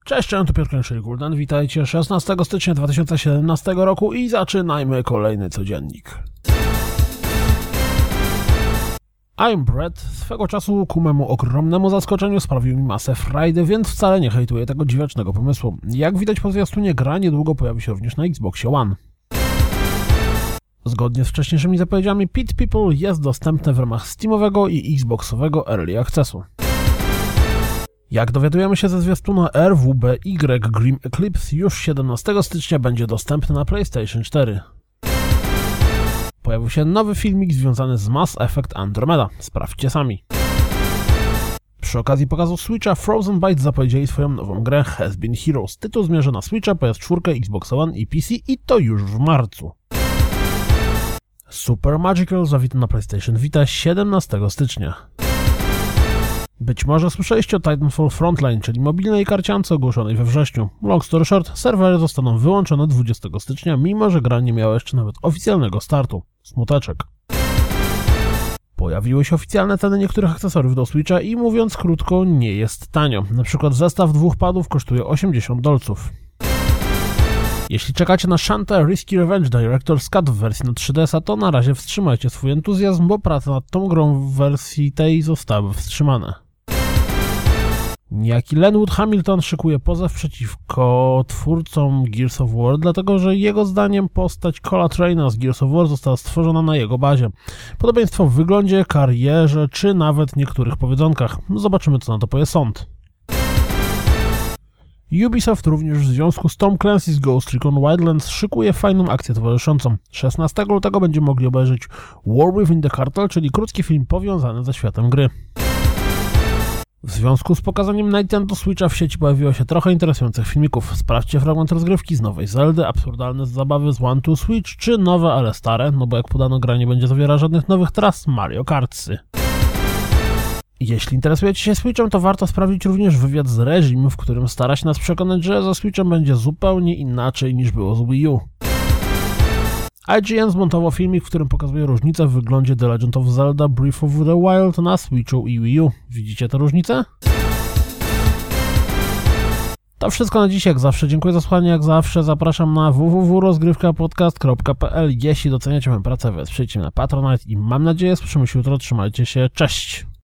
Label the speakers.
Speaker 1: Cześć, tu Piotr Gulden, witajcie 16 stycznia 2017 roku i zaczynajmy kolejny codziennik. I'm Brett swego czasu ku memu ogromnemu zaskoczeniu sprawił mi masę frajdy, więc wcale nie hejtuję tego dziwacznego pomysłu. Jak widać po zwiastunie, gra niedługo pojawi się również na Xboxie One. Zgodnie z wcześniejszymi zapowiedziami, Pit People jest dostępne w ramach Steamowego i Xboxowego Early Accessu. Jak dowiadujemy się ze zwiastuna, RWBY Grim Eclipse już 17 stycznia będzie dostępny na PlayStation 4. Pojawił się nowy filmik związany z Mass Effect Andromeda. Sprawdźcie sami. Przy okazji pokazu Switcha, Frozen Byte zapowiedzieli swoją nową grę Has Been Heroes. Tytuł zmierza na Switcha, PS4, Xbox One i PC i to już w marcu. Super Magical zawita na PlayStation Vita 17 stycznia. Być może słyszeliście o Titanfall Frontline, czyli mobilnej karciance ogłoszonej we wrześniu. Long story short, serwery zostaną wyłączone 20 stycznia, mimo że gra nie miała jeszcze nawet oficjalnego startu. Smuteczek. Pojawiły się oficjalne ceny niektórych akcesoriów do Switcha i mówiąc krótko, nie jest tanio. Na przykład zestaw 2 padów kosztuje $80. Jeśli czekacie na Shantae Risky Revenge Director's Cut w wersji na 3DS-a, to na razie wstrzymajcie swój entuzjazm, bo prace nad tą grą w wersji tej zostały wstrzymane. Niejaki Lenwood Hamilton szykuje pozew przeciwko twórcom Gears of War, dlatego że jego zdaniem postać Cola Traina z Gears of War została stworzona na jego bazie. Podobieństwo w wyglądzie, karierze czy nawet niektórych powiedzonkach. Zobaczymy, co na to powie sąd. Ubisoft również w związku z Tom Clancy's Ghost Recon Wildlands szykuje fajną akcję towarzyszącą. 16 lutego będziemy mogli obejrzeć War Within the Cartel, czyli krótki film powiązany ze światem gry. W związku z pokazaniem Nintendo Switcha w sieci pojawiło się trochę interesujących filmików. Sprawdźcie fragment rozgrywki z nowej Zeldy, absurdalne zabawy z One to Switch, czy nowe, ale stare, no bo jak podano, gra nie będzie zawierała żadnych nowych tras, Mario Kartsy. Jeśli interesujecie się Switchem, to warto sprawdzić również wywiad z Regime, w którym stara się nas przekonać, że ze Switchem będzie zupełnie inaczej niż było z Wii U. IGN zmontował filmik, w którym pokazuje różnicę w wyglądzie The Legend of Zelda Breath of the Wild na Switchu i Wii U. Widzicie tę różnicę? To wszystko na dziś, jak zawsze. Dziękuję za słuchanie, jak zawsze. Zapraszam na www.rozgrywkapodcast.pl. Jeśli doceniacie moją pracę, wesprzyjcie mnie na Patronite i mam nadzieję, słyszymy się jutro. Trzymajcie się, cześć!